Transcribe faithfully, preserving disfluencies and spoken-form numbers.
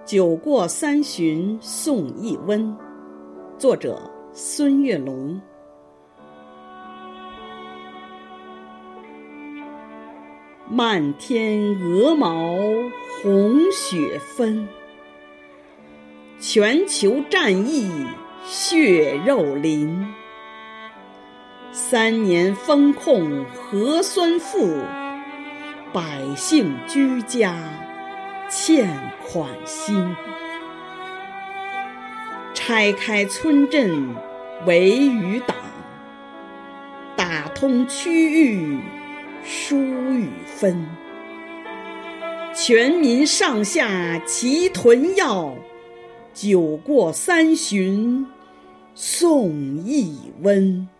酒过三巡送一温，作者孙月龙。漫天鹅毛红雪纷，全球战役血肉淋。三年封控核酸负，百姓居家欠款心。拆开村镇围与党，打通区域疏与分。全民上下齐囤药，酒过三巡送一温。